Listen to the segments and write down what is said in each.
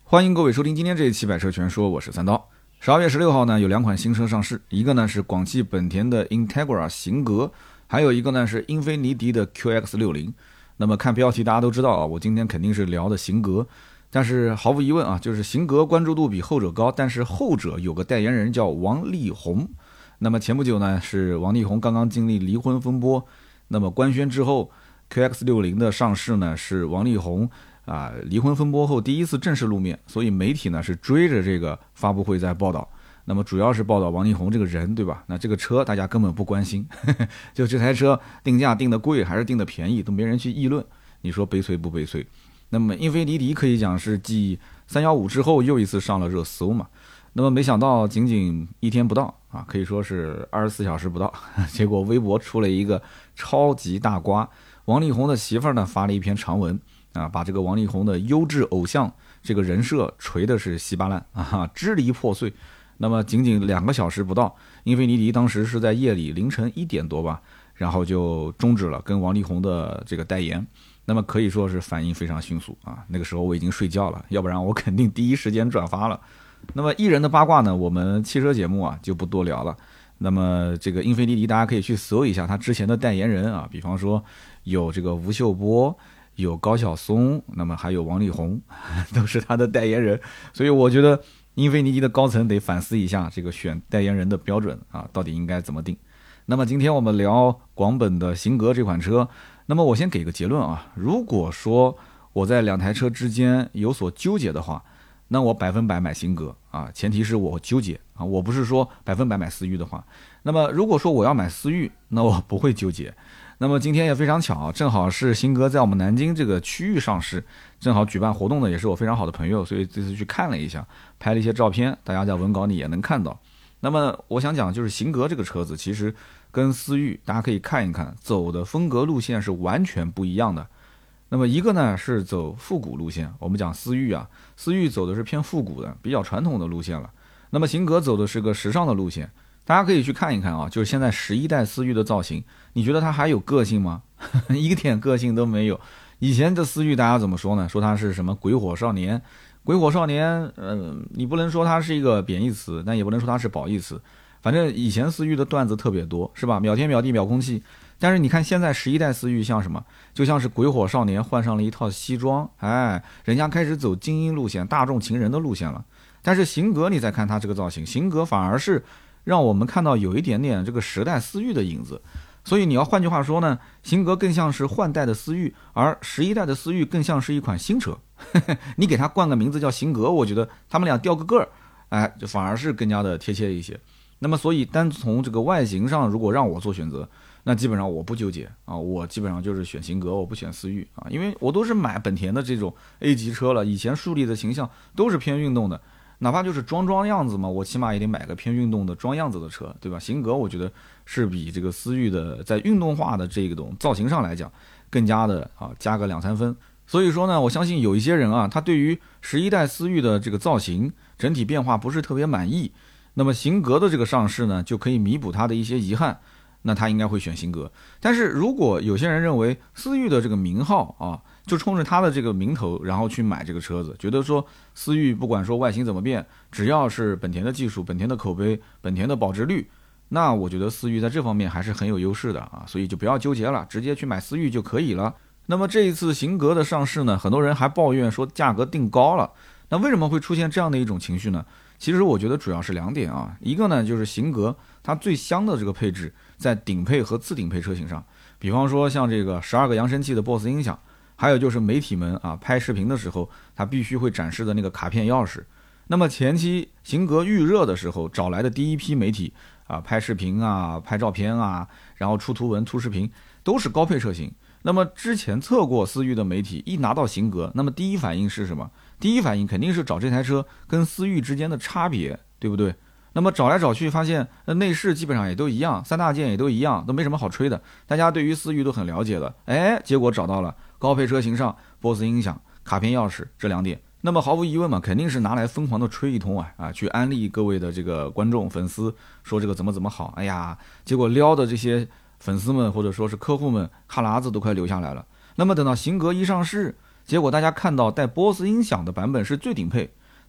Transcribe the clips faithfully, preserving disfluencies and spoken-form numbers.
欢迎各位收听今天这一期百车全说，我是三刀。十二月十六号呢，有两款新车上市，一个呢是广汽本田的 Integra 型格，还有一个呢是英菲尼迪的 Q X 六十。那么看标题大家都知道啊，我今天肯定是聊的型格，但是毫无疑问啊，就是型格关注度比后者高，但是后者有个代言人叫王力宏。那么前不久呢，是王力宏刚刚经历离婚风波，那么官宣之后 Q X 六十 的上市呢，是王力宏啊离婚风波后第一次正式露面，所以媒体呢是追着这个发布会在报道。那么主要是报道王力宏这个人，对吧？那这个车大家根本不关心，呵呵，就这台车定价定的贵还是定的便宜都没人去议论，你说悲催不悲催？那么英菲尼迪可以讲是继三一五之后又一次上了热搜嘛。那么没想到仅仅一天不到啊，可以说是二十四小时不到，结果微博出了一个超级大瓜。王力宏的媳妇儿呢发了一篇长文啊，把这个王力宏的优质偶像这个人设锤的是稀巴烂啊，支离破碎。那么仅仅两个小时不到，英菲尼迪当时是在夜里凌晨一点多吧，然后就终止了跟王力宏的这个代言。那么可以说是反应非常迅速啊，那个时候我已经睡觉了，要不然我肯定第一时间转发了。那么艺人的八卦呢，我们汽车节目啊就不多聊了。那么这个英菲尼迪大家可以去搜一下他之前的代言人啊，比方说有这个吴秀波，有高晓松，那么还有王力宏，都是他的代言人。所以我觉得英菲尼迪的高层得反思一下这个选代言人的标准啊，到底应该怎么定。那么今天我们聊广本的型格这款车，那么我先给个结论啊，如果说我在两台车之间有所纠结的话，那我百分百买型格啊，前提是我纠结啊，我不是说百分百买思域的话。那么如果说我要买思域，那我不会纠结。那么今天也非常巧，正好是型格在我们南京这个区域上市，正好举办活动的也是我非常好的朋友，所以这次去看了一下，拍了一些照片，大家在文稿里也能看到。那么我想讲，就是型格这个车子其实跟思域大家可以看一看，走的风格路线是完全不一样的。那么一个呢是走复古路线，我们讲思域啊，思域走的是偏复古的比较传统的路线了。那么型格走的是个时尚的路线，大家可以去看一看啊，就是现在十一代思域的造型，你觉得它还有个性吗？一点个性都没有。以前的思域大家怎么说呢？说它是什么鬼火少年，鬼火少年，嗯、呃，你不能说它是一个贬义词，但也不能说它是褒义词。反正以前思域的段子特别多，是吧？秒天秒地秒空气。但是你看现在十一代思域像什么？就像是鬼火少年换上了一套西装，哎，人家开始走精英路线、大众情人的路线了。但是型格你再看它这个造型，型格反而是让我们看到有一点点这个时代思域的影子。所以你要换句话说呢，型格更像是换代的思域，而十一代的思域更像是一款新车。你给它冠个名字叫型格，我觉得他们俩掉个个儿，哎，就反而是更加的贴切一些。那么所以单从这个外形上，如果让我做选择，那基本上我不纠结啊，我基本上就是选型格，我不选思域啊，因为我都是买本田的这种 A 级车了，以前树立的形象都是偏运动的，哪怕就是装装样子嘛，我起码也得买个偏运动的装样子的车，对吧？型格我觉得是比这个思域的在运动化的这种造型上来讲，更加的啊加个两三分。所以说呢，我相信有一些人啊，他对于十一代思域的这个造型整体变化不是特别满意，那么型格的这个上市呢，就可以弥补他的一些遗憾。那他应该会选型格。但是如果有些人认为思域的这个名号啊，就冲着他的这个名头然后去买这个车子，觉得说思域不管说外形怎么变，只要是本田的技术、本田的口碑、本田的保值率，那我觉得思域在这方面还是很有优势的啊，所以就不要纠结了，直接去买思域就可以了。那么这一次型格的上市呢，很多人还抱怨说价格定高了，那为什么会出现这样的一种情绪呢？其实我觉得主要是两点啊，一个呢就是型格它最香的这个配置在顶配和次顶配车型上，比方说像这个十二个扬声器的 B O S S 音响，还有就是媒体们啊拍视频的时候它必须会展示的那个卡片钥匙。那么前期型格预热的时候找来的第一批媒体啊拍视频啊拍照片啊，然后出图文出视频都是高配车型。那么之前测过思域的媒体一拿到型格，那么第一反应是什么？第一反应肯定是找这台车跟思域之间的差别，对不对？那么找来找去发现内饰基本上也都一样，三大件也都一样，都没什么好吹的，大家对于思域都很了解的。哎，结果找到了高配车型上 B O S S 音响、卡片钥匙这两点，那么毫无疑问嘛，肯定是拿来疯狂的吹一通啊啊，去安利各位的这个观众粉丝，说这个怎么怎么好。哎呀，结果撩的这些粉丝们或者说是客户们哈喇子都快流下来了。那么等到型格一上市，结果大家看到带 B O S S 音响的版本是最顶配，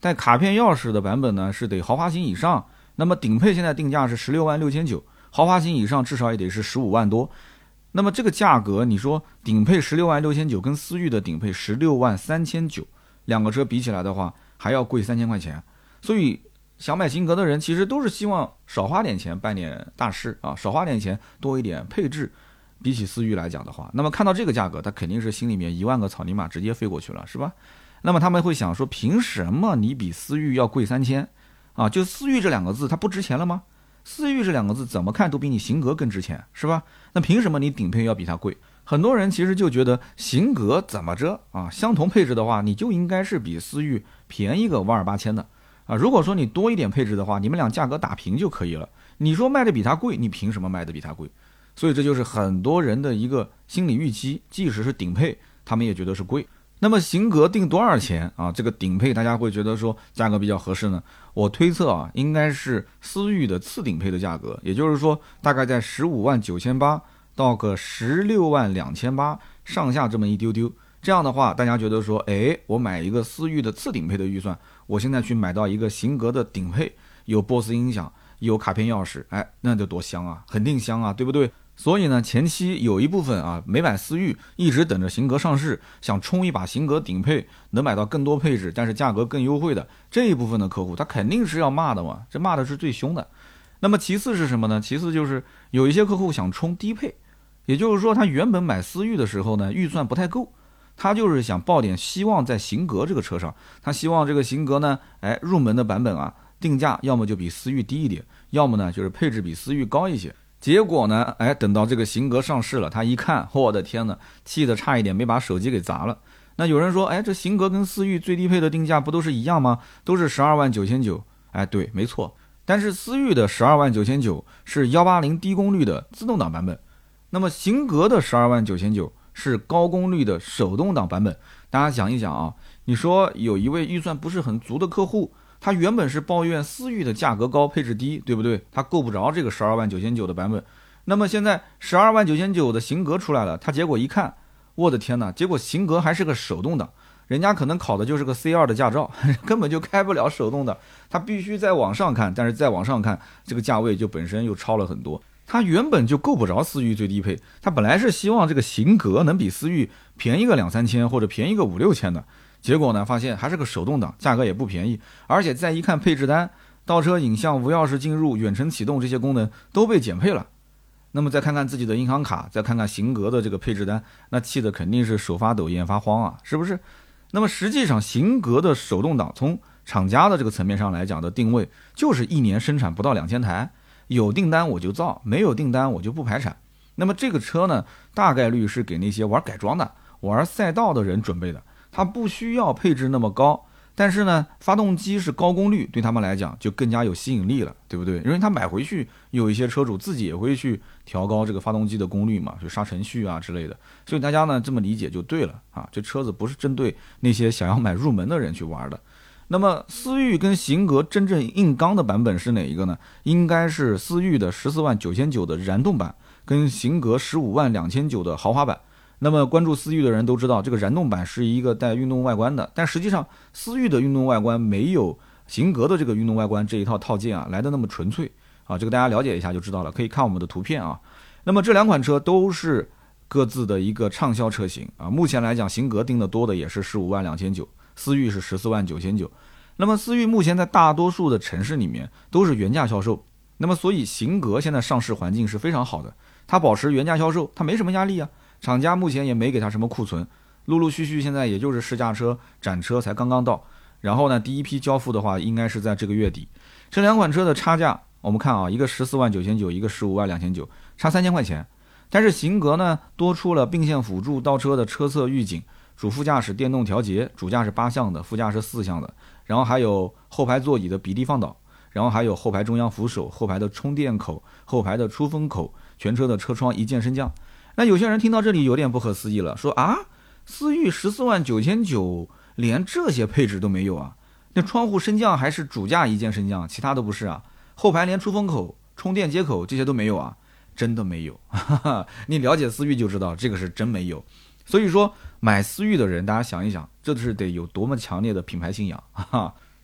但卡片钥匙的版本呢是得豪华型以上，那么顶配现在定价是十六万六千九，豪华型以上至少也得是十五万多。那么这个价格，你说顶配十六万六千九跟思域的顶配十六万三千九，两个车比起来的话，还要贵三千块钱。所以想买型格的人，其实都是希望少花点钱办点大事啊，少花点钱多一点配置。比起思域来讲的话，那么看到这个价格，他肯定是心里面一万个草泥马直接飞过去了，是吧？那么他们会想说，凭什么你比思域要贵三千啊？就思域这两个字，它不值钱了吗？思域这两个字怎么看都比你型格更值钱，是吧？那凭什么你顶配要比它贵？很多人其实就觉得型格怎么着啊？相同配置的话，你就应该是比思域便宜个万二八千的啊。如果说你多一点配置的话，你们俩价格打平就可以了。你说卖的比它贵，你凭什么卖的比它贵？所以这就是很多人的一个心理预期，即使是顶配，他们也觉得是贵。那么型格定多少钱啊？这个顶配大家会觉得说价格比较合适呢？我推测啊，应该是思域的次顶配的价格，也就是说大概在十五万九千八到个十六万两千八上下这么一丢丢。这样的话，大家觉得说，哎，我买一个思域的次顶配的预算，我现在去买到一个型格的顶配，有 B O S S 音响，有卡片钥匙，哎，那就多香啊，肯定香啊，对不对？所以呢，前期有一部分啊没买思域，一直等着型格上市，想冲一把型格顶配，能买到更多配置，但是价格更优惠的这一部分的客户，他肯定是要骂的嘛，这骂的是最凶的。那么其次是什么呢？其次就是有一些客户想冲低配，也就是说他原本买思域的时候呢，预算不太够，他就是想抱点希望在型格这个车上，他希望这个型格呢，哎，入门的版本啊，定价要么就比思域低一点，要么呢就是配置比思域高一些。结果呢，哎，等到这个型格上市了，他一看，我的天哪，气得差一点没把手机给砸了。那有人说，哎，这型格跟思域最低配的定价不都是一样吗？都是十二万九千九。哎，对，没错。但是思域的十二万九千九是一八零低功率的自动挡版本，那么型格的十二万九千九是高功率的手动挡版本。大家想一想啊，你说有一位预算不是很足的客户，他原本是抱怨思域的价格高配置低，对不对？他够不着这个十二万九千九的版本。那么现在十二万九千九的型格出来了，他结果一看，我的天哪，结果型格还是个手动挡，人家可能考的就是个 C 二 的驾照，根本就开不了手动挡，他必须再往上看，但是再往上看，这个价位就本身又超了很多。他原本就够不着思域最低配，他本来是希望这个型格能比思域便宜个两三千或者便宜个五六千的。结果呢，发现还是个手动挡，价格也不便宜，而且再一看配置单，倒车影像、无钥匙进入、远程启动这些功能都被减配了。那么再看看自己的银行卡，再看看型格的这个配置单，那气的肯定是手发抖、眼发慌啊，是不是？那么实际上型格的手动挡从厂家的这个层面上来讲的定位，就是一年生产不到两千台，有订单我就造，没有订单我就不排产。那么这个车呢，大概率是给那些玩改装的、玩赛道的人准备的。它不需要配置那么高，但是呢，发动机是高功率，对他们来讲就更加有吸引力了，对不对？因为他买回去，有一些车主自己也会去调高这个发动机的功率嘛，就刹程序啊之类的。所以大家呢这么理解就对了啊，这车子不是针对那些想要买入门的人去玩的。那么思域跟型格真正硬刚的版本是哪一个呢？应该是思域的十四万九千九的燃动版，跟型格十五万两千九的豪华版。那么关注思域的人都知道，这个燃动版是一个带运动外观的，但实际上思域的运动外观没有型格的这个运动外观这一套套件啊来的那么纯粹啊，这个大家了解一下就知道了，可以看我们的图片啊。那么这两款车都是各自的一个畅销车型啊，目前来讲型格定的多的也是十五万两千九，思域是十四万九千九。那么思域目前在大多数的城市里面都是原价销售，那么所以型格现在上市环境是非常好的，它保持原价销售，它没什么压力啊。厂家目前也没给他什么库存，陆陆续续现在也就是试驾车、展车才刚刚到，然后呢，第一批交付的话应该是在这个月底。这两款车的差价，我们看啊，一个十四万九千九，一个十五万两千九，差三千块钱。但是型格呢，多出了并线辅助、倒车的车侧预警、主副驾驶电动调节，主驾是八项的，副驾是四项的，然后还有后排座椅的比例放倒，然后还有后排中央扶手、后排的充电口、后排的出风口，全车的车窗一键升降。那有些人听到这里有点不可思议了，说啊，思域十四万九千九，连这些配置都没有啊？那窗户升降还是主驾一键升降，其他都不是啊？后排连出风口、充电接口这些都没有啊？真的没有，哈哈，你了解思域就知道，这个是真没有。所以说，买思域的人，大家想一想，这是得有多么强烈的品牌信仰，哈哈。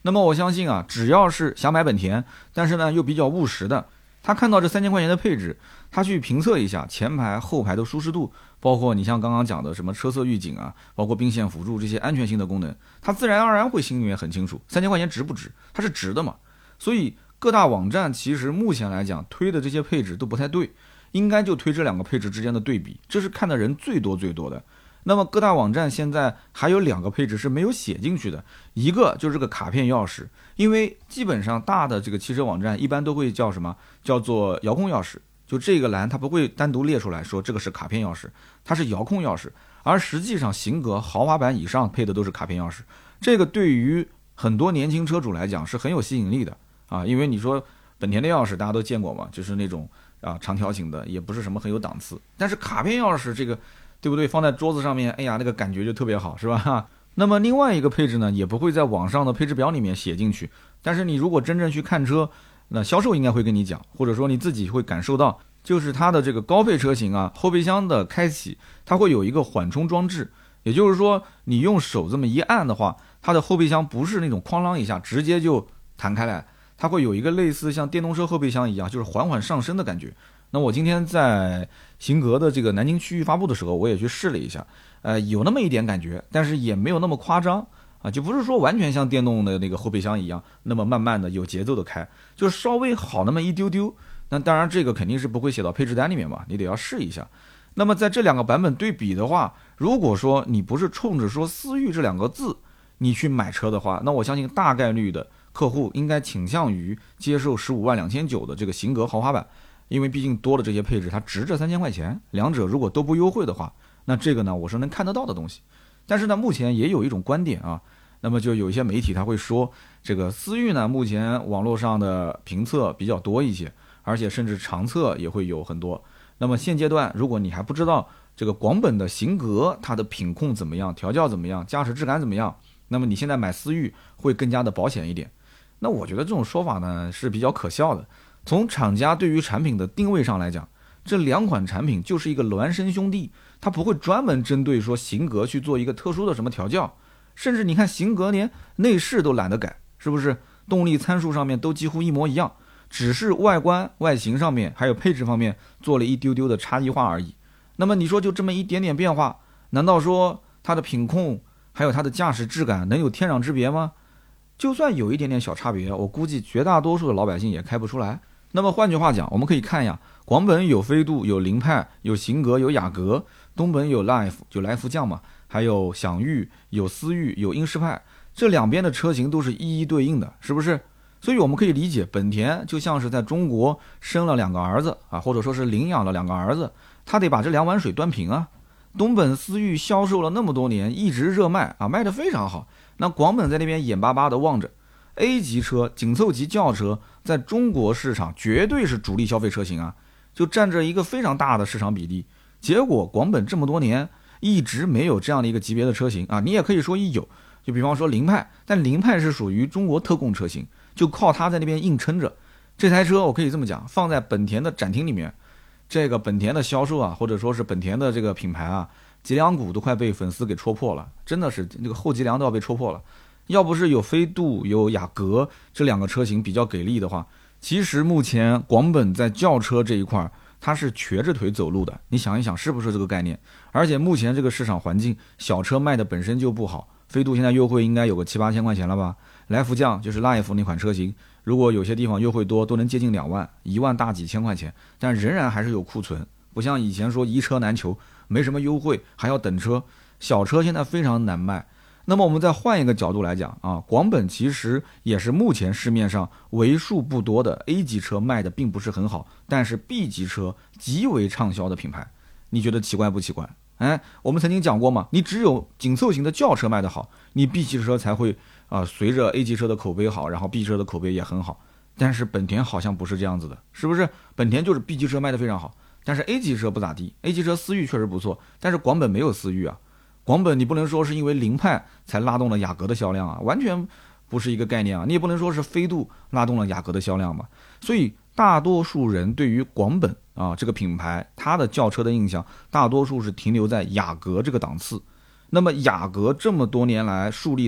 那么我相信啊，只要是想买本田，但是呢又比较务实的，他看到这三千块钱的配置，他去评测一下前排后排的舒适度，包括你像刚刚讲的什么车侧预警啊，包括并线辅助这些安全性的功能，他自然而然会心里面很清楚三千块钱值不值，它是值的嘛。所以各大网站其实目前来讲推的这些配置都不太对，应该就推这两个配置之间的对比，这是看的人最多最多的。那么各大网站现在还有两个配置是没有写进去的，一个就是这个卡片钥匙，因为基本上大的这个汽车网站一般都会叫什么，叫做遥控钥匙，就这个栏它不会单独列出来说这个是卡片钥匙，它是遥控钥匙，而实际上型格豪华版以上配的都是卡片钥匙，这个对于很多年轻车主来讲是很有吸引力的啊，因为你说本田的钥匙大家都见过嘛，就是那种啊长条形的，也不是什么很有档次，但是卡片钥匙这个对不对？放在桌子上面，哎呀，那个感觉就特别好，是吧？那么另外一个配置呢，也不会在网上的配置表里面写进去。但是你如果真正去看车，那销售应该会跟你讲，或者说你自己会感受到，就是它的这个高配车型啊，后备箱的开启，它会有一个缓冲装置。也就是说，你用手这么一按的话，它的后备箱不是那种哐啷一下直接就弹开来，它会有一个类似像电动车后备箱一样，就是缓缓上升的感觉。那我今天在型格的这个南京区域发布的时候，我也去试了一下，呃，有那么一点感觉，但是也没有那么夸张啊，就不是说完全像电动的那个后备箱一样，那么慢慢的有节奏的开，就稍微好那么一丢丢。那当然这个肯定是不会写到配置单里面嘛，你得要试一下。那么在这两个版本对比的话，如果说你不是冲着说思域这两个字你去买车的话，那我相信大概率的客户应该倾向于接受十五万两千九的这个型格豪华版。因为毕竟多了这些配置，它值这三千块钱，两者如果都不优惠的话，那这个呢我是能看得到的东西。但是呢，目前也有一种观点啊，那么就有一些媒体他会说，这个思域呢目前网络上的评测比较多一些，而且甚至长测也会有很多。那么现阶段如果你还不知道这个广本的型格它的品控怎么样，调教怎么样，驾驶质感怎么样，那么你现在买思域会更加的保险一点。那我觉得这种说法呢是比较可笑的。从厂家对于产品的定位上来讲，这两款产品就是一个孪生兄弟，它不会专门针对说型格去做一个特殊的什么调教，甚至你看型格连内饰都懒得改，是不是？动力参数上面都几乎一模一样，只是外观外形上面还有配置方面做了一丢丢的差异化而已。那么你说就这么一点点变化，难道说它的品控还有它的驾驶质感能有天壤之别吗？就算有一点点小差别，我估计绝大多数的老百姓也开不出来。那么换句话讲，我们可以看呀，广本有飞度，有凌派，有型格，有雅阁；东本有 Life， 就来福将嘛，还有享域，有思域，有英仕派，这两边的车型都是一一对应的，是不是？所以我们可以理解，本田就像是在中国生了两个儿子啊，或者说是领养了两个儿子，他得把这两碗水端平啊。东本思域销售了那么多年，一直热卖啊，卖得非常好。那广本在那边眼巴巴地望着 A 级车、紧凑级轿车在中国市场绝对是主力消费车型啊，就占着一个非常大的市场比例。结果广本这么多年一直没有这样的一个级别的车型啊，你也可以说一有，就比方说凌派，但凌派是属于中国特供车型，就靠它在那边硬撑着。这台车我可以这么讲，放在本田的展厅里面，这个本田的销售啊，或者说是本田的这个品牌啊，脊梁骨都快被粉丝给戳破了，真的是那个后脊梁都要被戳破了。要不是有飞度有雅阁这两个车型比较给力的话，其实目前广本在轿车这一块它是瘸着腿走路的，你想一想是不是这个概念？而且目前这个市场环境，小车卖的本身就不好，飞度现在优惠应该有个七八千块钱了吧？来福将就是 Life 那款车型，如果有些地方优惠多，都能接近两万，一万大几千块钱，但仍然还是有库存，不像以前说一车难求，没什么优惠还要等车，小车现在非常难卖。那么我们再换一个角度来讲啊，广本其实也是目前市面上为数不多的 A 级车卖的并不是很好，但是 B 级车极为畅销的品牌，你觉得奇怪不奇怪？哎，我们曾经讲过嘛，你只有紧凑型的轿车卖得好，你 B 级车才会啊、呃、随着 A 级车的口碑好，然后 B 车的口碑也很好。但是本田好像不是这样子的，是不是？本田就是 B 级车卖得非常好，但是 A 级车不咋地。A 级车思域确实不错，但是广本没有思域啊。广本你不能说是因为凌派才拉动了雅阁的销量啊，完全不是一个概念啊。你也不能说是飞度拉动了雅阁的销量嘛。所以大多数人对于广本啊这个品牌，它的轿车的印象，大多数是停留在雅阁这个档次。那么雅阁这么多年来树立的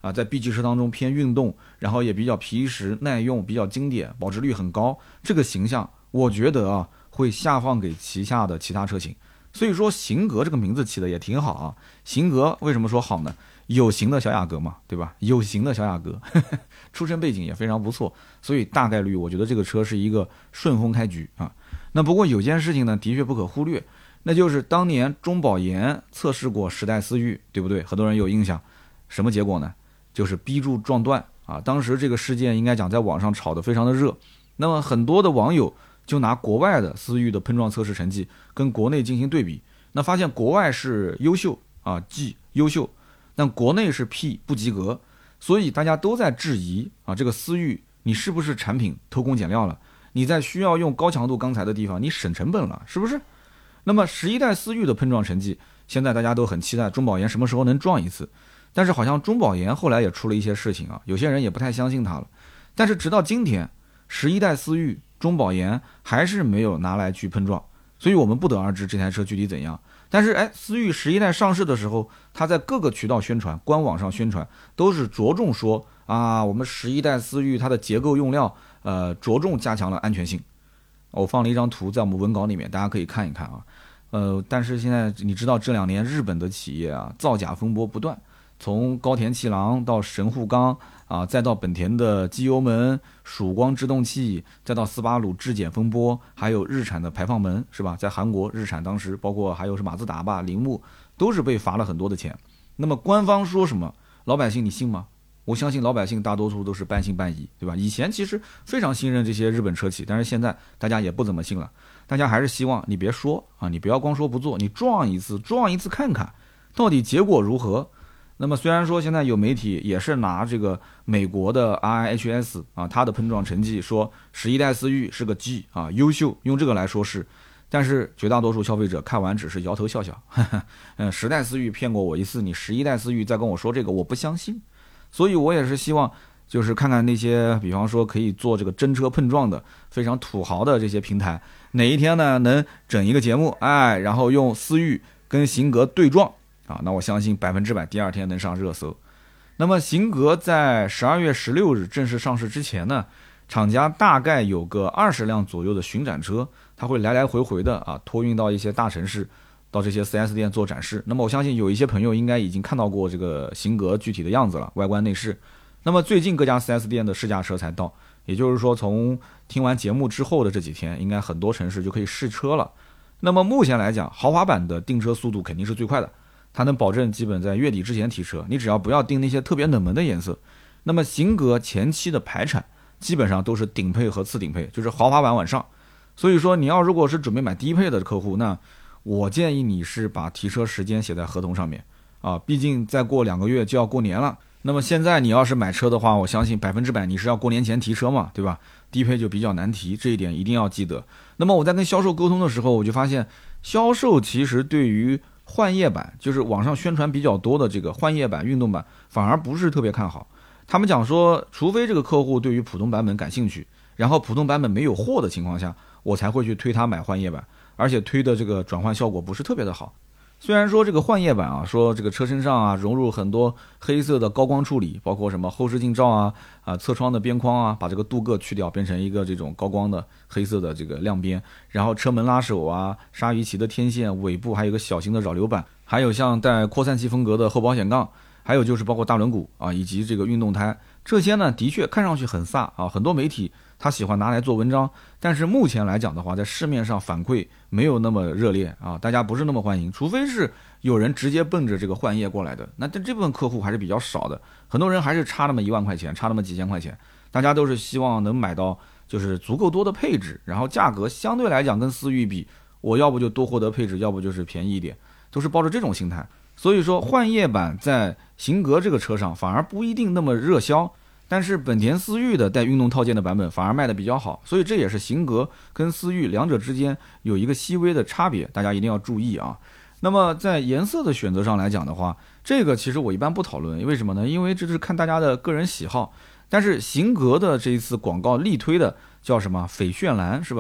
啊，在 B 级车当中偏运动，然后也比较皮实耐用，比较经典，保值率很高，这个形象我觉得啊会下放给旗下的其他车型。所以说型格这个名字起的也挺好啊，型格为什么说好呢？有型的小雅阁嘛，对吧？有型的小雅阁，呵呵，出身背景也非常不错，所以大概率我觉得这个车是一个顺风开局啊。那不过有件事情呢，的确不可忽略，那就是当年中保研测试过时代思域，对不对？很多人有印象，什么结果呢？就是逼住撞断啊！当时这个事件应该讲在网上炒得非常的热，那么很多的网友就拿国外的思域的碰撞测试成绩跟国内进行对比，那发现国外是优秀啊 G 优秀，但国内是 P 不及格，所以大家都在质疑啊，这个思域你是不是产品偷工减料了？你在需要用高强度钢材的地方，你省成本了，是不是？那么十一代思域的碰撞成绩，现在大家都很期待中保研什么时候能撞一次。但是好像中保研后来也出了一些事情啊，有些人也不太相信它了。但是直到今天，十一代思域中保研还是没有拿来去碰撞，所以我们不得而知这台车具体怎样。但是哎，思域十一代上市的时候，它在各个渠道宣传、官网上宣传，都是着重说啊，我们十一代思域它的结构用料，呃，着重加强了安全性。我放了一张图在我们文稿里面，大家可以看一看啊。呃，但是现在你知道这两年日本的企业啊，造假风波不断。从高田气囊到神户钢啊，再到本田的机油门、曙光制动器，再到斯巴鲁质检风波，还有日产的排放门，是吧？在韩国，日产当时包括还有是马自达吧、铃木，都是被罚了很多的钱。那么官方说什么，老百姓你信吗？我相信老百姓大多数都是半信半疑，对吧？以前其实非常信任这些日本车企，但是现在大家也不怎么信了。大家还是希望你别说啊，你不要光说不做，你撞一次，撞一次看看，到底结果如何？那么虽然说现在有媒体也是拿这个美国的 R I H S 啊，它的碰撞成绩说十一代思域是个 G 啊，优秀，用这个来说事，但是绝大多数消费者看完只是摇头笑笑，呵呵，嗯，十代思域骗过我一次，你十一代思域再跟我说这个，我不相信。所以我也是希望，就是看看那些，比方说可以做这个真车碰撞的非常土豪的这些平台，哪一天呢能整一个节目，哎，然后用思域跟型格对撞。啊，那我相信百分之百第二天能上热搜。那么型格在十二月十六日正式上市之前呢，厂家大概有个二十辆左右的巡展车，它会来来回回的啊托运到一些大城市，到这些 四 S 店做展示。那么我相信有一些朋友应该已经看到过这个型格具体的样子了，外观内饰。那么最近各家 四 S 店的试驾车才到，也就是说从听完节目之后的这几天，应该很多城市就可以试车了。那么目前来讲，豪华版的订车速度肯定是最快的。它能保证基本在月底之前提车，你只要不要订那些特别冷门的颜色。那么型格前期的排产基本上都是顶配和次顶配，就是豪华版往上。所以说你要如果是准备买低配的客户，那我建议你是把提车时间写在合同上面啊，毕竟再过两个月就要过年了。那么现在你要是买车的话，我相信百分之百你是要过年前提车嘛，对吧？低配就比较难提，这一点一定要记得。那么我在跟销售沟通的时候，我就发现销售其实对于换叶版，就是网上宣传比较多的这个换叶版运动版，反而不是特别看好。他们讲说，除非这个客户对于普通版本感兴趣，然后普通版本没有货的情况下，我才会去推他买换叶版，而且推的这个转换效果不是特别的好。虽然说这个换叶版啊，说这个车身上啊融入很多黑色的高光处理，包括什么后视镜罩啊、啊侧窗的边框啊，把这个镀铬去掉，变成一个这种高光的黑色的这个亮边，然后车门拉手啊、鲨鱼鳍的天线，尾部还有一个小型的扰流板，还有像带扩散器风格的后保险杠，还有就是包括大轮毂啊以及这个运动胎，这些呢的确看上去很飒啊，很多媒体他喜欢拿来做文章，但是目前来讲的话，在市面上反馈没有那么热烈啊，大家不是那么欢迎，除非是有人直接奔着这个换叶过来的，那这部分客户还是比较少的，很多人还是差那么一万块钱，差那么几千块钱，大家都是希望能买到就是足够多的配置，然后价格相对来讲跟思域比，我要不就多获得配置，要不就是便宜一点，都是抱着这种心态。所以说换叶版在型格这个车上反而不一定那么热销，但是本田思域的带运动套件的版本反而卖的比较好，所以这也是型格跟思域两者之间有一个细微的差别，大家一定要注意啊。那么在颜色的选择上来讲的话，这个其实我一般不讨论，为什么呢？因为这是看大家的个人喜好。但是型格的这一次广告力推的叫什么翡炫蓝是吧？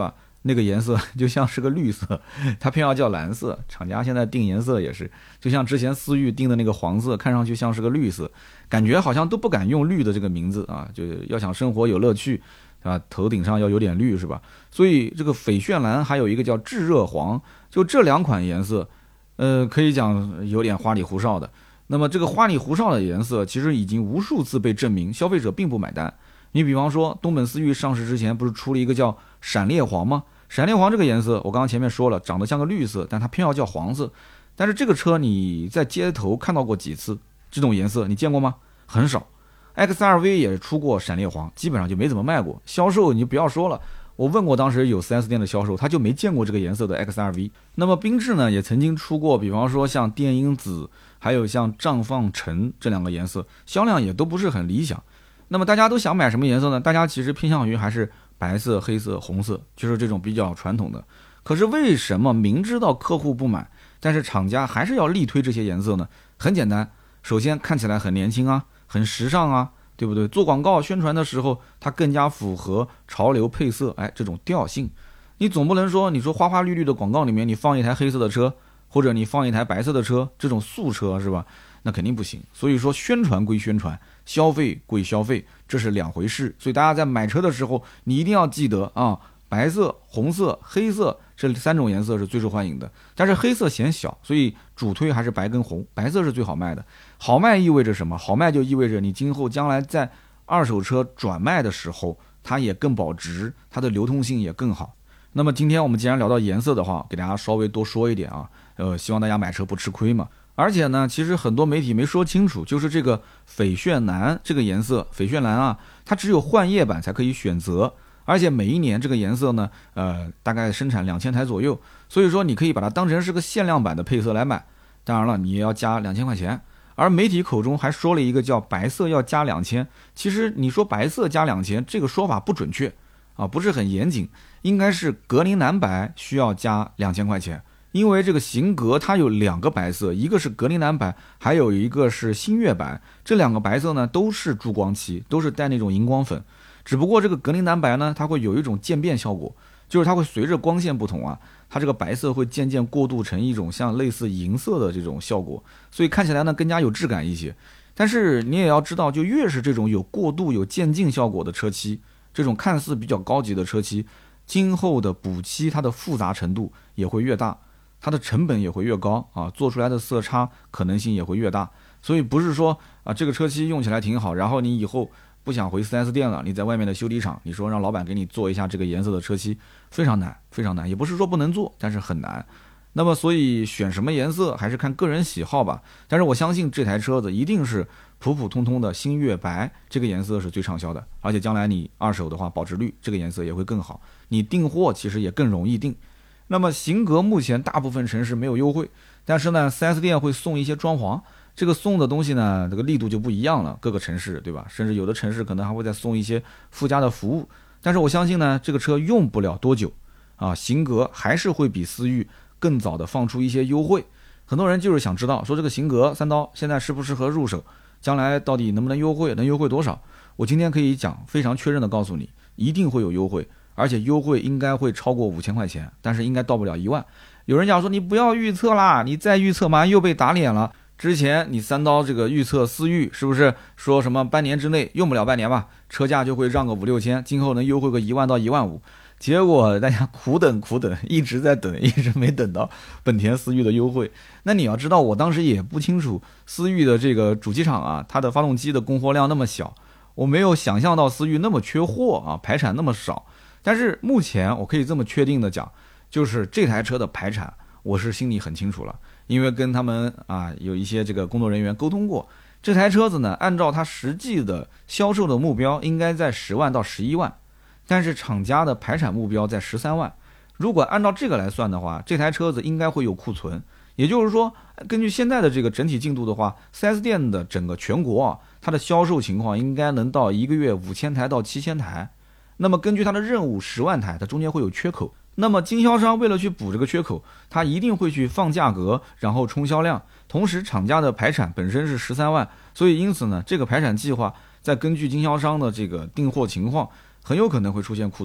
那个颜色就像是个绿色，它偏要叫蓝色。厂家现在定颜色也是，就像之前思域定的那个黄色，看上去像是个绿色，感觉好像都不敢用绿的这个名字啊，就要想生活有乐趣啊，头顶上要有点绿是吧？所以这个翡炫蓝还有一个叫炙热黄，就这两款颜色，呃，可以讲有点花里胡哨的。那么这个花里胡哨的颜色，其实已经无数次被证明消费者并不买单。你比方说东本思域上市之前不是出了一个叫闪烈黄吗？闪烈黄这个颜色我刚刚前面说了，长得像个绿色，但它偏要叫黄色。但是这个车你在街头看到过几次这种颜色，你见过吗？很少。 X R V 也出过闪烈黄，基本上就没怎么卖过，销售你就不要说了，我问过当时有 四 S 店的销售，他就没见过这个颜色的 X R V。 那么缤智呢也曾经出过，比方说像电音紫还有像绽放橙这两个颜色，销量也都不是很理想。那么大家都想买什么颜色呢？大家其实偏向于还是白色、黑色、红色，就是这种比较传统的。可是为什么明知道客户不买，但是厂家还是要力推这些颜色呢？很简单，首先看起来很年轻啊，很时尚啊，对不对？做广告宣传的时候，它更加符合潮流配色，哎，这种调性。你总不能说，你说花花绿绿的广告里面，你放一台黑色的车，或者你放一台白色的车，这种素车是吧？那肯定不行。所以说宣传归宣传，消费归消费，这是两回事。所以大家在买车的时候，你一定要记得啊，白色、红色、黑色这三种颜色是最受欢迎的。但是黑色显小，所以主推还是白跟红，白色是最好卖的。好卖意味着什么？好卖就意味着你今后将来在二手车转卖的时候，它也更保值，它的流通性也更好。那么今天我们既然聊到颜色的话，给大家稍微多说一点啊，呃，希望大家买车不吃亏嘛。而且呢，其实很多媒体没说清楚，就是这个翡炫蓝这个颜色，翡炫蓝啊，它只有换页版才可以选择，而且每一年这个颜色呢，呃，大概生产两千台左右，所以说你可以把它当成是个限量版的配色来买。当然了，你也要加两千块钱。而媒体口中还说了一个叫白色要加两千，其实你说白色加两千这个说法不准确啊，不是很严谨，应该是格林蓝白需要加两千块钱。因为这个型格它有两个白色，一个是格林蓝白，还有一个是星月白，这两个白色呢都是珠光漆，都是带那种荧光粉。只不过这个格林蓝白呢，它会有一种渐变效果，就是它会随着光线不同啊，它这个白色会渐渐过渡成一种像类似银色的这种效果，所以看起来呢更加有质感一些。但是你也要知道，就越是这种有过渡有渐进效果的车漆，这种看似比较高级的车漆，今后的补漆它的复杂程度也会越大，它的成本也会越高啊，做出来的色差可能性也会越大。所以不是说啊这个车漆用起来挺好，然后你以后不想回 四 S 店了，你在外面的修理厂，你说让老板给你做一下这个颜色的车漆，非常难，非常难，也不是说不能做，但是很难。那么所以选什么颜色还是看个人喜好吧。但是我相信这台车子一定是普普通通的星月白，这个颜色是最畅销的，而且将来你二手的话，保值率这个颜色也会更好，你订货其实也更容易订。那么型格目前大部分城市没有优惠，但是呢 四 S 店会送一些装潢，这个送的东西呢这个力度就不一样了，各个城市对吧？甚至有的城市可能还会再送一些附加的服务。但是我相信呢这个车用不了多久啊，型格还是会比思域更早的放出一些优惠。很多人就是想知道说这个型格三刀现在适不适合入手，将来到底能不能优惠，能优惠多少。我今天可以讲非常确认的告诉你，一定会有优惠，而且优惠应该会超过五千块钱，但是应该到不了一万。有人讲说你不要预测啦，你再预测马上又被打脸了。之前你三刀这个预测思域是不是说什么半年之内用不了半年吧，车价就会让个五六千，今后能优惠个一万到一万五。结果大家苦等苦等，一直在等，一直没等到本田思域的优惠。那你要知道，我当时也不清楚思域的这个主机厂啊，它的发动机的供货量那么小，我没有想象到思域那么缺货啊，排产那么少。但是目前我可以这么确定的讲，就是这台车的排产我是心里很清楚了，因为跟他们啊有一些这个工作人员沟通过，这台车子呢按照它实际的销售的目标应该在十万到十一万，但是厂家的排产目标在十三万。如果按照这个来算的话，这台车子应该会有库存，也就是说根据现在的这个整体进度的话， 四 S 店的整个全国啊，它的销售情况应该能到一个月五千台到七千台。那么根据它的任务十万台，它中间会有缺口，那么经销商为了去补这个缺口，它一定会去放价格然后冲销量，同时厂家的排产本身是十三万，所以因此呢这个排产计划再根据经销商的这个订货情况很有可能会出现库存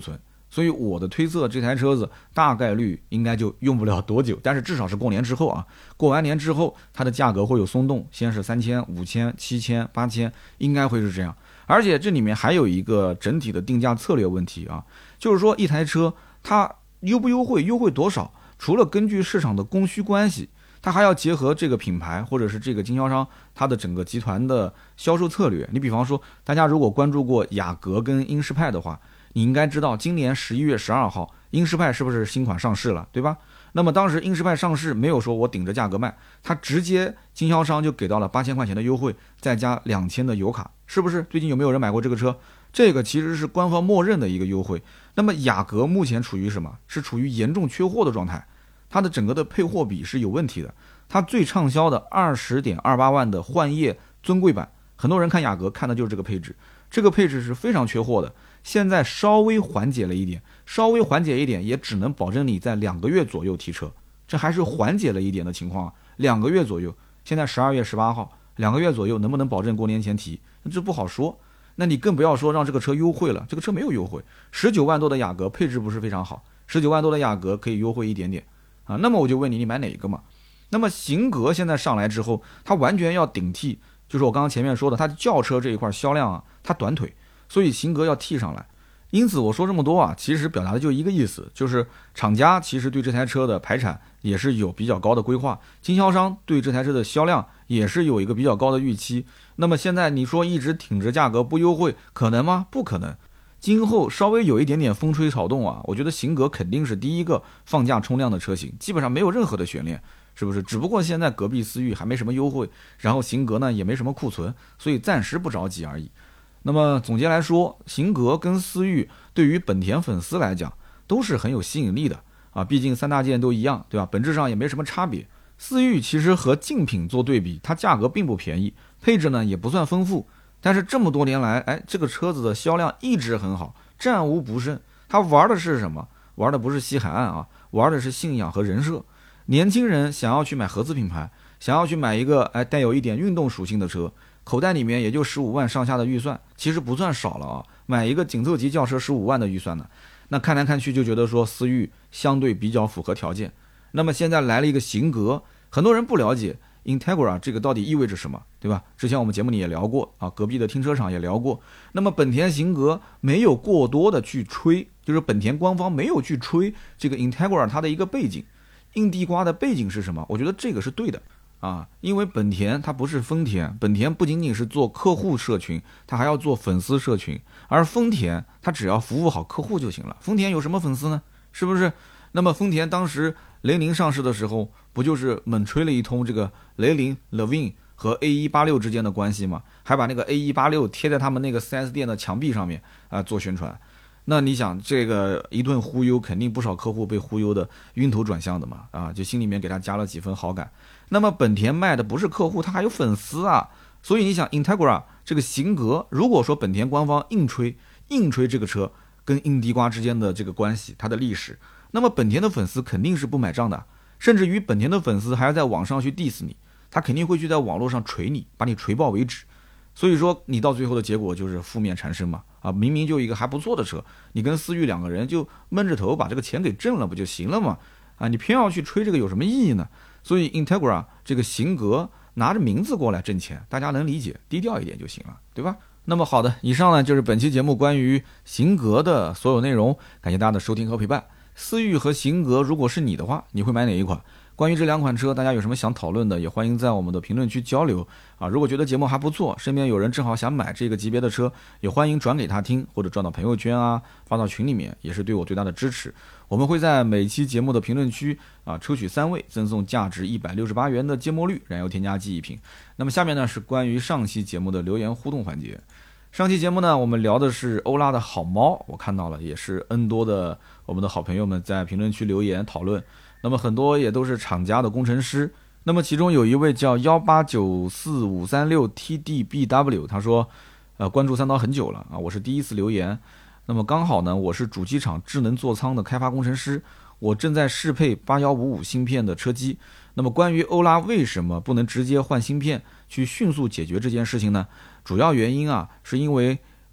所以我的推测，这台车子大概率应该就用不了多久，但是至少是过年之后啊，过完年之后，它的价格会有松动，先是三千、五千、七千、八千，应该会是这样。而且这里面还有一个整体的定价策略问题啊，就是说一台车它优不优惠，优惠多少，除了根据市场的供需关系，它还要结合这个品牌或者是这个经销商它的整个集团的销售策略。你比方说，大家如果关注过雅阁跟英仕派的话，你应该知道今年十一月十二号英仕派是不是新款上市了，对吧？那么当时英仕派上市没有说我顶着价格卖，它直接经销商就给到了八千块钱的优惠，再加两千的油卡，是不是？最近有没有人买过这个车？这个其实是官方默认的一个优惠。那么雅阁目前处于什么？是处于严重缺货的状态，它的整个的配货比是有问题的。它最畅销的 二十点二八万的幻夜尊贵版，很多人看雅阁看的就是这个配置，这个配置是非常缺货的。现在稍微缓解了一点，稍微缓解一点也只能保证你在两个月左右提车，这还是缓解了一点的情况啊，两个月左右。现在十二月十八号，两个月左右能不能保证过年前提，这不好说。那你更不要说让这个车优惠了，这个车没有优惠，十九万多的雅阁配置不是非常好，十九万多的雅阁可以优惠一点点啊。那么我就问你，你买哪一个嘛？那么型格现在上来之后，它完全要顶替，就是我刚刚前面说的，它轿车这一块销量啊，它短腿。所以型格要替上来，因此我说这么多啊，其实表达的就一个意思，就是厂家其实对这台车的排产也是有比较高的规划，经销商对这台车的销量也是有一个比较高的预期。那么现在你说一直挺着价格不优惠，可能吗？不可能。今后稍微有一点点风吹草动啊，我觉得型格肯定是第一个放价冲量的车型，基本上没有任何的悬念，是不是？只不过现在隔壁思域还没什么优惠，然后型格呢也没什么库存，所以暂时不着急而已。那么总结来说，型格跟思域对于本田粉丝来讲都是很有吸引力的啊，毕竟三大件都一样，对吧？本质上也没什么差别。思域其实和竞品做对比，它价格并不便宜，配置呢也不算丰富，但是这么多年来，哎，这个车子的销量一直很好，战无不胜。它玩的是什么？玩的不是西海岸啊，玩的是信仰和人设。年轻人想要去买合资品牌，想要去买一个哎带有一点运动属性的车，口袋里面也就十五万上下的预算，其实不算少了啊。买一个紧凑级轿车十五万的预算呢，那看来看去就觉得说思域相对比较符合条件。那么现在来了一个型格，很多人不了解 Integra 这个到底意味着什么，对吧？之前我们节目里也聊过啊，隔壁的停车场也聊过。那么本田型格没有过多的去吹，就是本田官方没有去吹这个 Integra 它的一个背景，硬地瓜的背景是什么？我觉得这个是对的。啊，因为本田它不是丰田，本田不仅仅是做客户社群，它还要做粉丝社群，而丰田它只要服务好客户就行了。丰田有什么粉丝呢？是不是？那么丰田当时雷凌上市的时候，不就是猛吹了一通这个雷凌 Levin 和 A 一八六之间的关系吗？还把那个 A 一八六贴在他们那个 四 S 店的墙壁上面啊、呃、做宣传。那你想这个一顿忽悠，肯定不少客户被忽悠的晕头转向的嘛，啊，就心里面给他加了几分好感。那么本田卖的不是客户，他还有粉丝啊，所以你想 Integra 这个型格，如果说本田官方硬吹硬吹这个车跟硬地瓜之间的这个关系，它的历史，那么本田的粉丝肯定是不买账的，甚至于本田的粉丝还要在网上去 diss 你，他肯定会去在网络上锤你，把你锤爆为止。所以说你到最后的结果就是负面缠身嘛，啊，明明就一个还不错的车，你跟思域两个人就闷着头把这个钱给挣了不就行了嘛？啊，你偏要去吹这个有什么意义呢？所以 Integra 这个型格拿着名字过来挣钱，大家能理解，低调一点就行了，对吧？那么好的，以上呢就是本期节目关于型格的所有内容，感谢大家的收听和陪伴。思域和型格如果是你的话，你会买哪一款？关于这两款车，大家有什么想讨论的，也欢迎在我们的评论区交流啊！如果觉得节目还不错，身边有人正好想买这个级别的车，也欢迎转给他听，或者转到朋友圈啊，发到群里面，也是对我最大的支持。我们会在每期节目的评论区啊抽取三位，赠送价值一百六十八元的芥末绿燃油添加剂一瓶。那么下面呢是关于上期节目的留言互动环节。上期节目呢，我们聊的是欧拉的好猫，我看到了，也是 N 多的我们的好朋友们在评论区留言讨论。那么很多也都是厂家的工程师，那么其中有一位叫一八九四五三六 T D B W， 他说，呃，关注三刀很久了啊，我是第一次留言。那么刚好呢，我是主机厂智能座舱的开发工程师，我正在适配八一五五芯片的车机。那么关于欧拉为什么不能直接换芯片去迅速解决这件事情呢？主要原因啊，是因为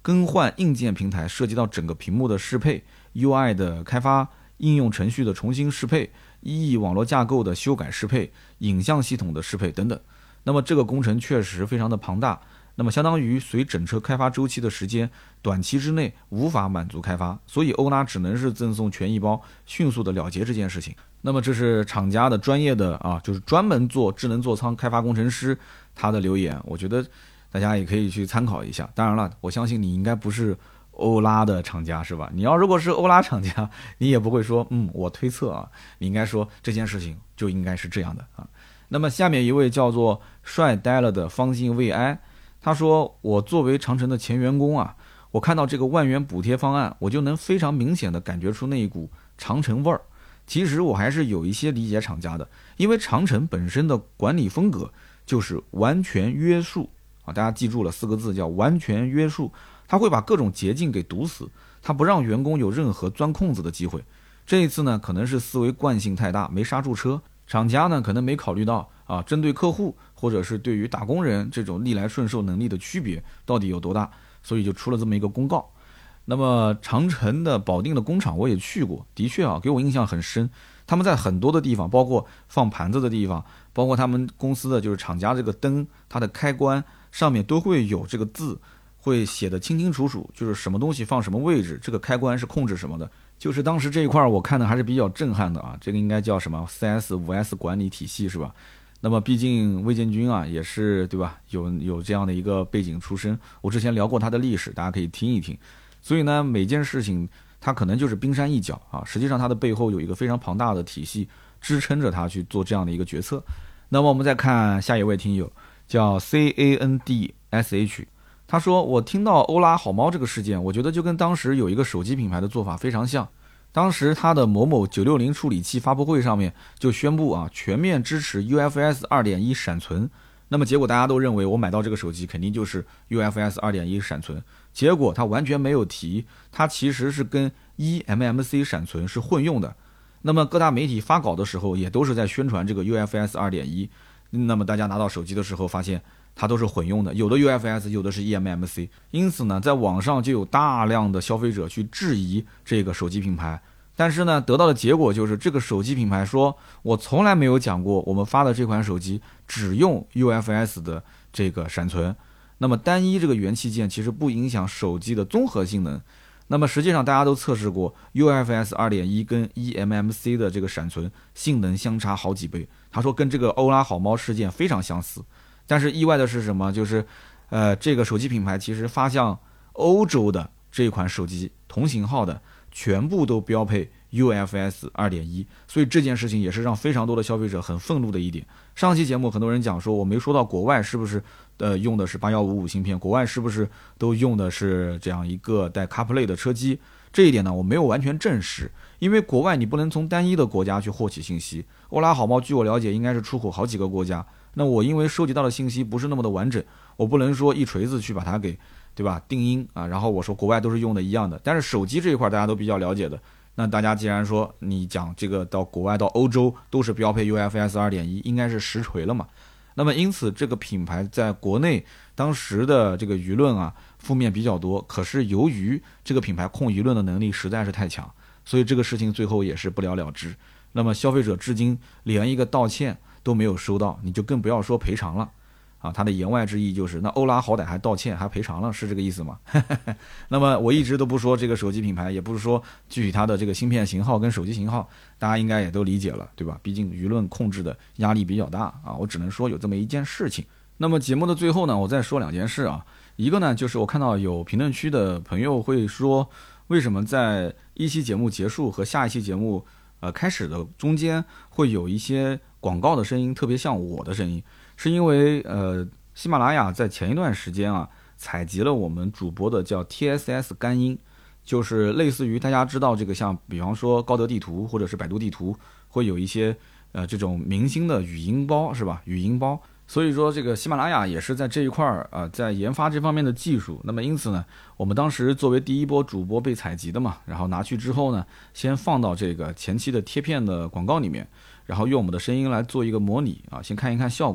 更换硬件平台涉及到整个屏幕的适配、U I 的开发、应用程序的重新适配、E E 网络架构的修改适配、影像系统的适配等等。那么这个工程确实非常的庞大，那么相当于随整车开发周期的时间，短期之内无法满足开发，所以欧拉只能是赠送权益包，迅速的了结这件事情。那么这是厂家的专业的啊，就是专门做智能座舱开发工程师他的留言，我觉得大家也可以去参考一下。当然了，我相信你应该不是欧拉的厂家是吧？你要如果是欧拉厂家，你也不会说嗯我推测啊，你应该说这件事情就应该是这样的啊。那么下面一位叫做帅呆了的方兴未艾，他说我作为长城的前员工啊，我看到这个万元补贴方案，我就能非常明显的感觉出那一股长城味儿。其实我还是有一些理解厂家的，因为长城本身的管理风格就是完全约束啊，大家记住了四个字叫完全约束，他会把各种捷径给堵死，他不让员工有任何钻空子的机会。这一次呢，可能是思维惯性太大，没刹住车。厂家呢可能没考虑到啊，针对客户或者是对于打工人这种逆来顺受能力的区别到底有多大，所以就出了这么一个公告。那么长城的保定的工厂我也去过，的确啊，给我印象很深。他们在很多的地方，包括放盘子的地方，包括他们公司的就是厂家这个灯，它的开关上面都会有这个字，会写得清清楚楚，就是什么东西放什么位置，这个开关是控制什么的。就是当时这一块我看的还是比较震撼的啊，这个应该叫什么 C S 五 S 管理体系是吧？那么毕竟魏建军啊也是对吧，有有这样的一个背景出身，我之前聊过他的历史，大家可以听一听。所以呢，每件事情它可能就是冰山一角啊，实际上它的背后有一个非常庞大的体系支撑着他去做这样的一个决策。那么我们再看下一位听友叫 C A N D S H，他说我听到欧拉好猫这个事件，我觉得就跟当时有一个手机品牌的做法非常像。当时他的某某九六零处理器发布会上面就宣布啊，全面支持 U F S 二点一 闪存。那么结果大家都认为我买到这个手机肯定就是 U F S 二点一 闪存，结果他完全没有提，它其实是跟 E M M C 闪存是混用的。那么各大媒体发稿的时候也都是在宣传这个 U F S 二点一， 那么大家拿到手机的时候发现它都是混用的，有的 U F S， 有的是 E M M C。 因此呢，在网上就有大量的消费者去质疑这个手机品牌，但是呢，得到的结果就是这个手机品牌说我从来没有讲过我们发的这款手机只用 U F S 的这个闪存，那么单一这个元器件其实不影响手机的综合性能。那么实际上大家都测试过 U F S 二点一 跟 E M M C 的这个闪存性能相差好几倍，他说跟这个欧拉好猫事件非常相似。但是意外的是什么？就是呃，这个手机品牌其实发向欧洲的这一款手机同型号的全部都标配 U F S 二点一， 所以这件事情也是让非常多的消费者很愤怒的一点。上期节目很多人讲说我没说到国外是不是呃用的是八一五五芯片，国外是不是都用的是这样一个带 CarPlay 的车机，这一点呢我没有完全证实，因为国外你不能从单一的国家去获取信息。欧拉好猫据我了解应该是出口好几个国家，那我因为收集到的信息不是那么的完整，我不能说一锤子去把它给对吧定音啊，然后我说国外都是用的一样的。但是手机这一块大家都比较了解的，那大家既然说你讲这个到国外到欧洲都是标配 U F S 二点一， 应该是实锤了嘛。那么因此这个品牌在国内当时的这个舆论啊负面比较多，可是由于这个品牌控舆论的能力实在是太强，所以这个事情最后也是不了了之。那么消费者至今连一个道歉都没有收到，你就更不要说赔偿了啊！他的言外之意就是，那欧拉好歹还道歉还赔偿了，是这个意思吗？那么我一直都不说这个手机品牌，也不是说具体它的这个芯片型号跟手机型号，大家应该也都理解了，对吧？毕竟舆论控制的压力比较大啊，我只能说有这么一件事情。那么节目的最后呢，我再说两件事啊。一个呢，就是我看到有评论区的朋友会说，为什么在一期节目结束和下一期节目呃开始的中间会有一些广告的声音，特别像我的声音，是因为呃喜马拉雅在前一段时间啊采集了我们主播的叫 T S S 干音，就是类似于大家知道这个像比方说高德地图或者是百度地图会有一些呃这种明星的语音包是吧，语音包。所以说这个喜马拉雅也是在这一块儿啊，在研发这方面的技术。那么因此呢，我们当时作为第一波主播被采集的嘛，然后拿去之后呢，先放到这个前期的贴片的广告里面，然后用我们的声音来做一个模拟啊，先看一看效果。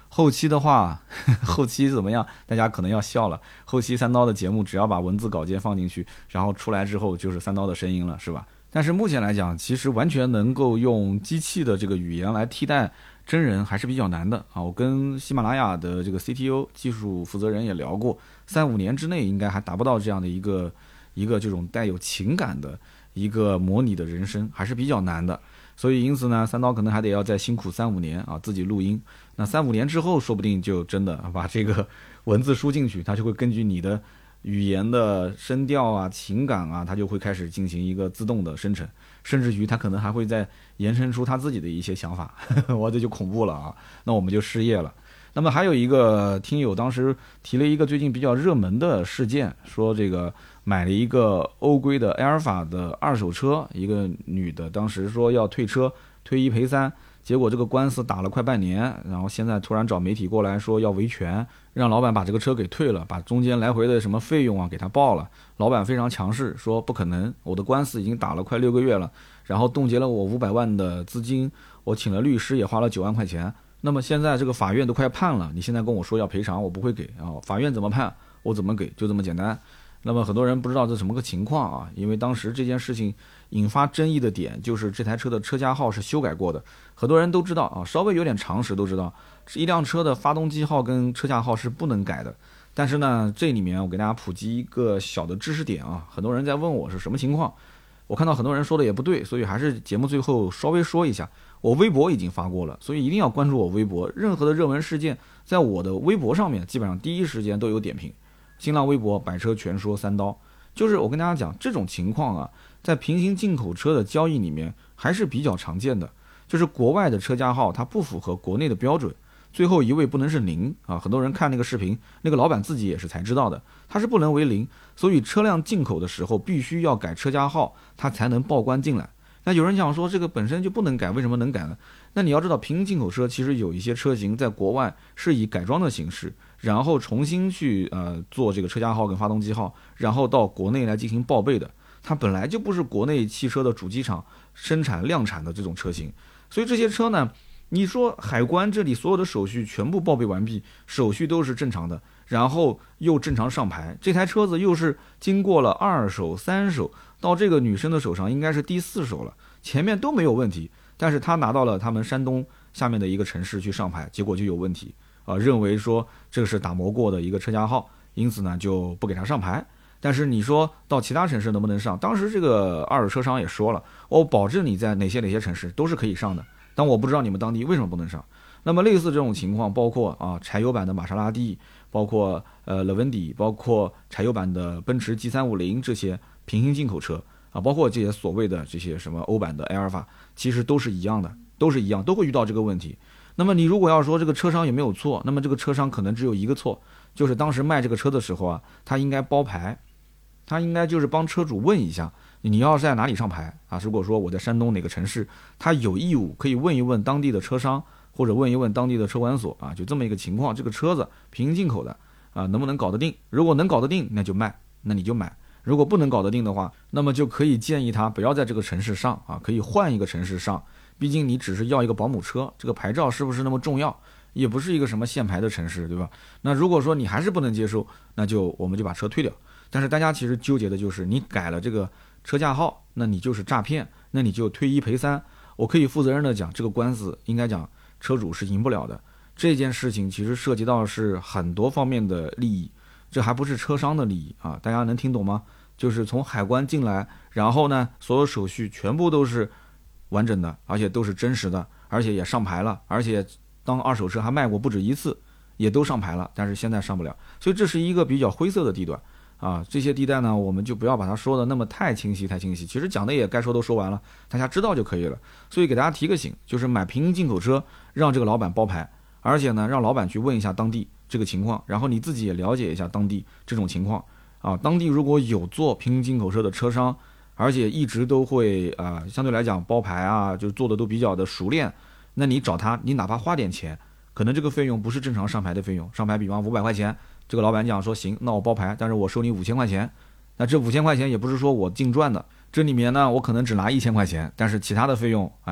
后期的话，后期怎么样？大家可能要笑了。后期三刀的节目，只要把文字稿件放进去，然后出来之后就是三刀的声音了，是吧？但是目前来讲，其实完全能够用机器的这个语言来替代真人还是比较难的啊。我跟喜马拉雅的这个 C T O 技术负责人也聊过，三五年之内应该还达不到这样的一个一个这种带有情感的一个模拟的人声，还是比较难的。所以因此呢，三刀可能还得要再辛苦三五年啊，自己录音。那三五年之后，说不定就真的把这个文字输进去，它就会根据你的语言的声调啊、情感啊，它就会开始进行一个自动的生成，甚至于它可能还会再延伸出他自己的一些想法，哇，这就恐怖了啊！那我们就失业了。那么还有一个听友当时提了一个最近比较热门的事件，说这个买了一个欧规的埃尔法的二手车，一个女的当时说要退车，退一赔三。结果这个官司打了快半年，然后现在突然找媒体过来说要维权，让老板把这个车给退了，把中间来回的什么费用啊给他报了。老板非常强势，说不可能，我的官司已经打了快六个月了，然后冻结了我五百万的资金，我请了律师也花了九万块钱。那么现在这个法院都快判了，你现在跟我说要赔偿，我不会给啊！法院怎么判，我怎么给，就这么简单。那么很多人不知道这什么个情况啊，因为当时这件事情引发争议的点就是这台车的车架号是修改过的，很多人都知道啊，稍微有点常识都知道，一辆车的发动机号跟车架号是不能改的。但是呢，这里面我给大家普及一个小的知识点啊，很多人在问我是什么情况，我看到很多人说的也不对，所以还是节目最后稍微说一下。我微博已经发过了，所以一定要关注我微博，任何的热门事件在我的微博上面基本上第一时间都有点评。新浪微博百车全说三刀，就是我跟大家讲这种情况啊，在平行进口车的交易里面还是比较常见的，就是国外的车架号它不符合国内的标准，最后一位不能是零啊，很多人看那个视频，那个老板自己也是才知道的，它是不能为零，所以车辆进口的时候必须要改车架号，它才能报关进来。那有人讲说这个本身就不能改，为什么能改呢？那你要知道平行进口车其实有一些车型在国外是以改装的形式，然后重新去呃做这个车架号跟发动机号，然后到国内来进行报备的，它本来就不是国内汽车的主机厂生产量产的这种车型，所以这些车呢，你说海关这里所有的手续全部报备完毕，手续都是正常的，然后又正常上牌，这台车子又是经过了二手三手，到这个女生的手上应该是第四手了，前面都没有问题，但是她拿到了他们山东下面的一个城市去上牌，结果就有问题啊、呃，认为说这个是打磨过的一个车架号，因此呢就不给她上牌。但是你说到其他城市能不能上？当时这个二手车商也说了，我保证你在哪些哪些城市都是可以上的，但我不知道你们当地为什么不能上。那么类似这种情况，包括啊柴油版的玛莎拉蒂，包括呃勒文迪，包括柴油版的奔驰 G 三五零 这些平行进口车啊，包括这些所谓的这些什么欧版的埃尔法，其实都是一样的，都是一样，都会遇到这个问题。那么你如果要说这个车商有没有错，那么这个车商可能只有一个错，就是当时卖这个车的时候啊，他应该包牌，他应该就是帮车主问一下，你要是在哪里上牌啊？如果说我在山东哪个城市，他有义务可以问一问当地的车商，或者问一问当地的车管所啊，就这么一个情况，这个车子平行进口的啊，能不能搞得定？如果能搞得定，那就卖，那你就买；如果不能搞得定的话，那么就可以建议他不要在这个城市上啊，可以换一个城市上。毕竟你只是要一个保姆车，这个牌照是不是那么重要？也不是一个什么限牌的城市，对吧？那如果说你还是不能接受，那就我们就把车退掉。但是大家其实纠结的就是，你改了这个车架号，那你就是诈骗，那你就退一赔三。我可以负责任的讲，这个官司应该讲车主是赢不了的。这件事情其实涉及到是很多方面的利益，这还不是车商的利益啊！大家能听懂吗？就是从海关进来，然后呢，所有手续全部都是完整的，而且都是真实的，而且也上牌了，而且当二手车还卖过不止一次，也都上牌了，但是现在上不了。所以这是一个比较灰色的地段啊，这些地带呢，我们就不要把它说的那么太清晰太清晰，其实讲的也该说都说完了，大家知道就可以了。所以给大家提个醒，就是买平行进口车，让这个老板包牌，而且呢，让老板去问一下当地这个情况，然后你自己也了解一下当地这种情况啊。当地如果有做平行进口车的车商，而且一直都会啊、呃，相对来讲包牌啊，就做的都比较的熟练，那你找他，你哪怕花点钱，可能这个费用不是正常上牌的费用，上牌比方五百块钱。这个老板讲说行，那我包牌，但是我收你五千块钱。那这五千块钱也不是说我净赚的，这里面呢我可能只拿一千块钱，但是其他的费用，哎，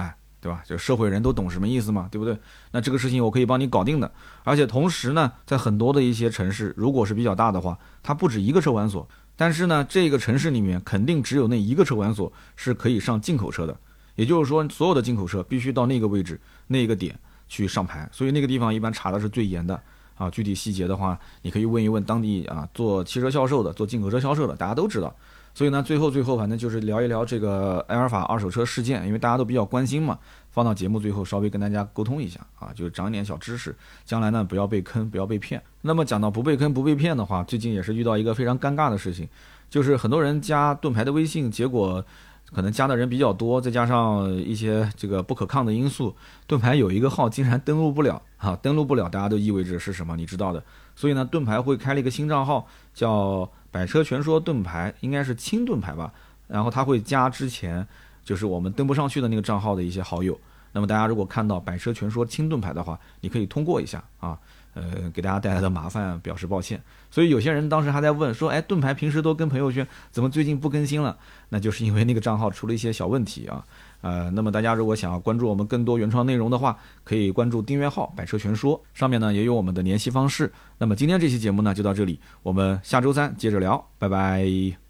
对吧？就社会人都懂什么意思嘛，对不对？那这个事情我可以帮你搞定的。而且同时呢，在很多的一些城市，如果是比较大的话，它不止一个车管所，但是呢，这个城市里面肯定只有那一个车管所是可以上进口车的，也就是说，所有的进口车必须到那个位置、那个点去上牌，所以那个地方一般查的是最严的啊。具体细节的话，你可以问一问当地啊做汽车销售的、做进口车销售的，大家都知道。所以呢，最后最后反正就是聊一聊这个埃尔法二手车事件，因为大家都比较关心嘛，放到节目最后稍微跟大家沟通一下啊，就是长一点小知识，将来呢不要被坑，不要被骗。那么讲到不被坑、不被骗的话，最近也是遇到一个非常尴尬的事情，就是很多人加盾牌的微信，结果可能加的人比较多，再加上一些这个不可抗的因素，盾牌有一个号竟然登录不了啊，登录不了，大家都意味着是什么？你知道的。所以呢，盾牌会开了一个新账号，叫百车全说盾牌，应该是轻盾牌吧。然后他会加之前就是我们登不上去的那个账号的一些好友。那么大家如果看到百车全说轻盾牌的话，你可以通过一下啊，呃，给大家带来的麻烦表示抱歉。所以有些人当时还在问说，哎，盾牌平时都跟朋友圈，怎么最近不更新了？那就是因为那个账号出了一些小问题啊。呃，那么大家如果想要关注我们更多原创内容的话，可以关注订阅号百车全说，上面呢也有我们的联系方式。那么今天这期节目呢就到这里，我们下周三接着聊，拜拜。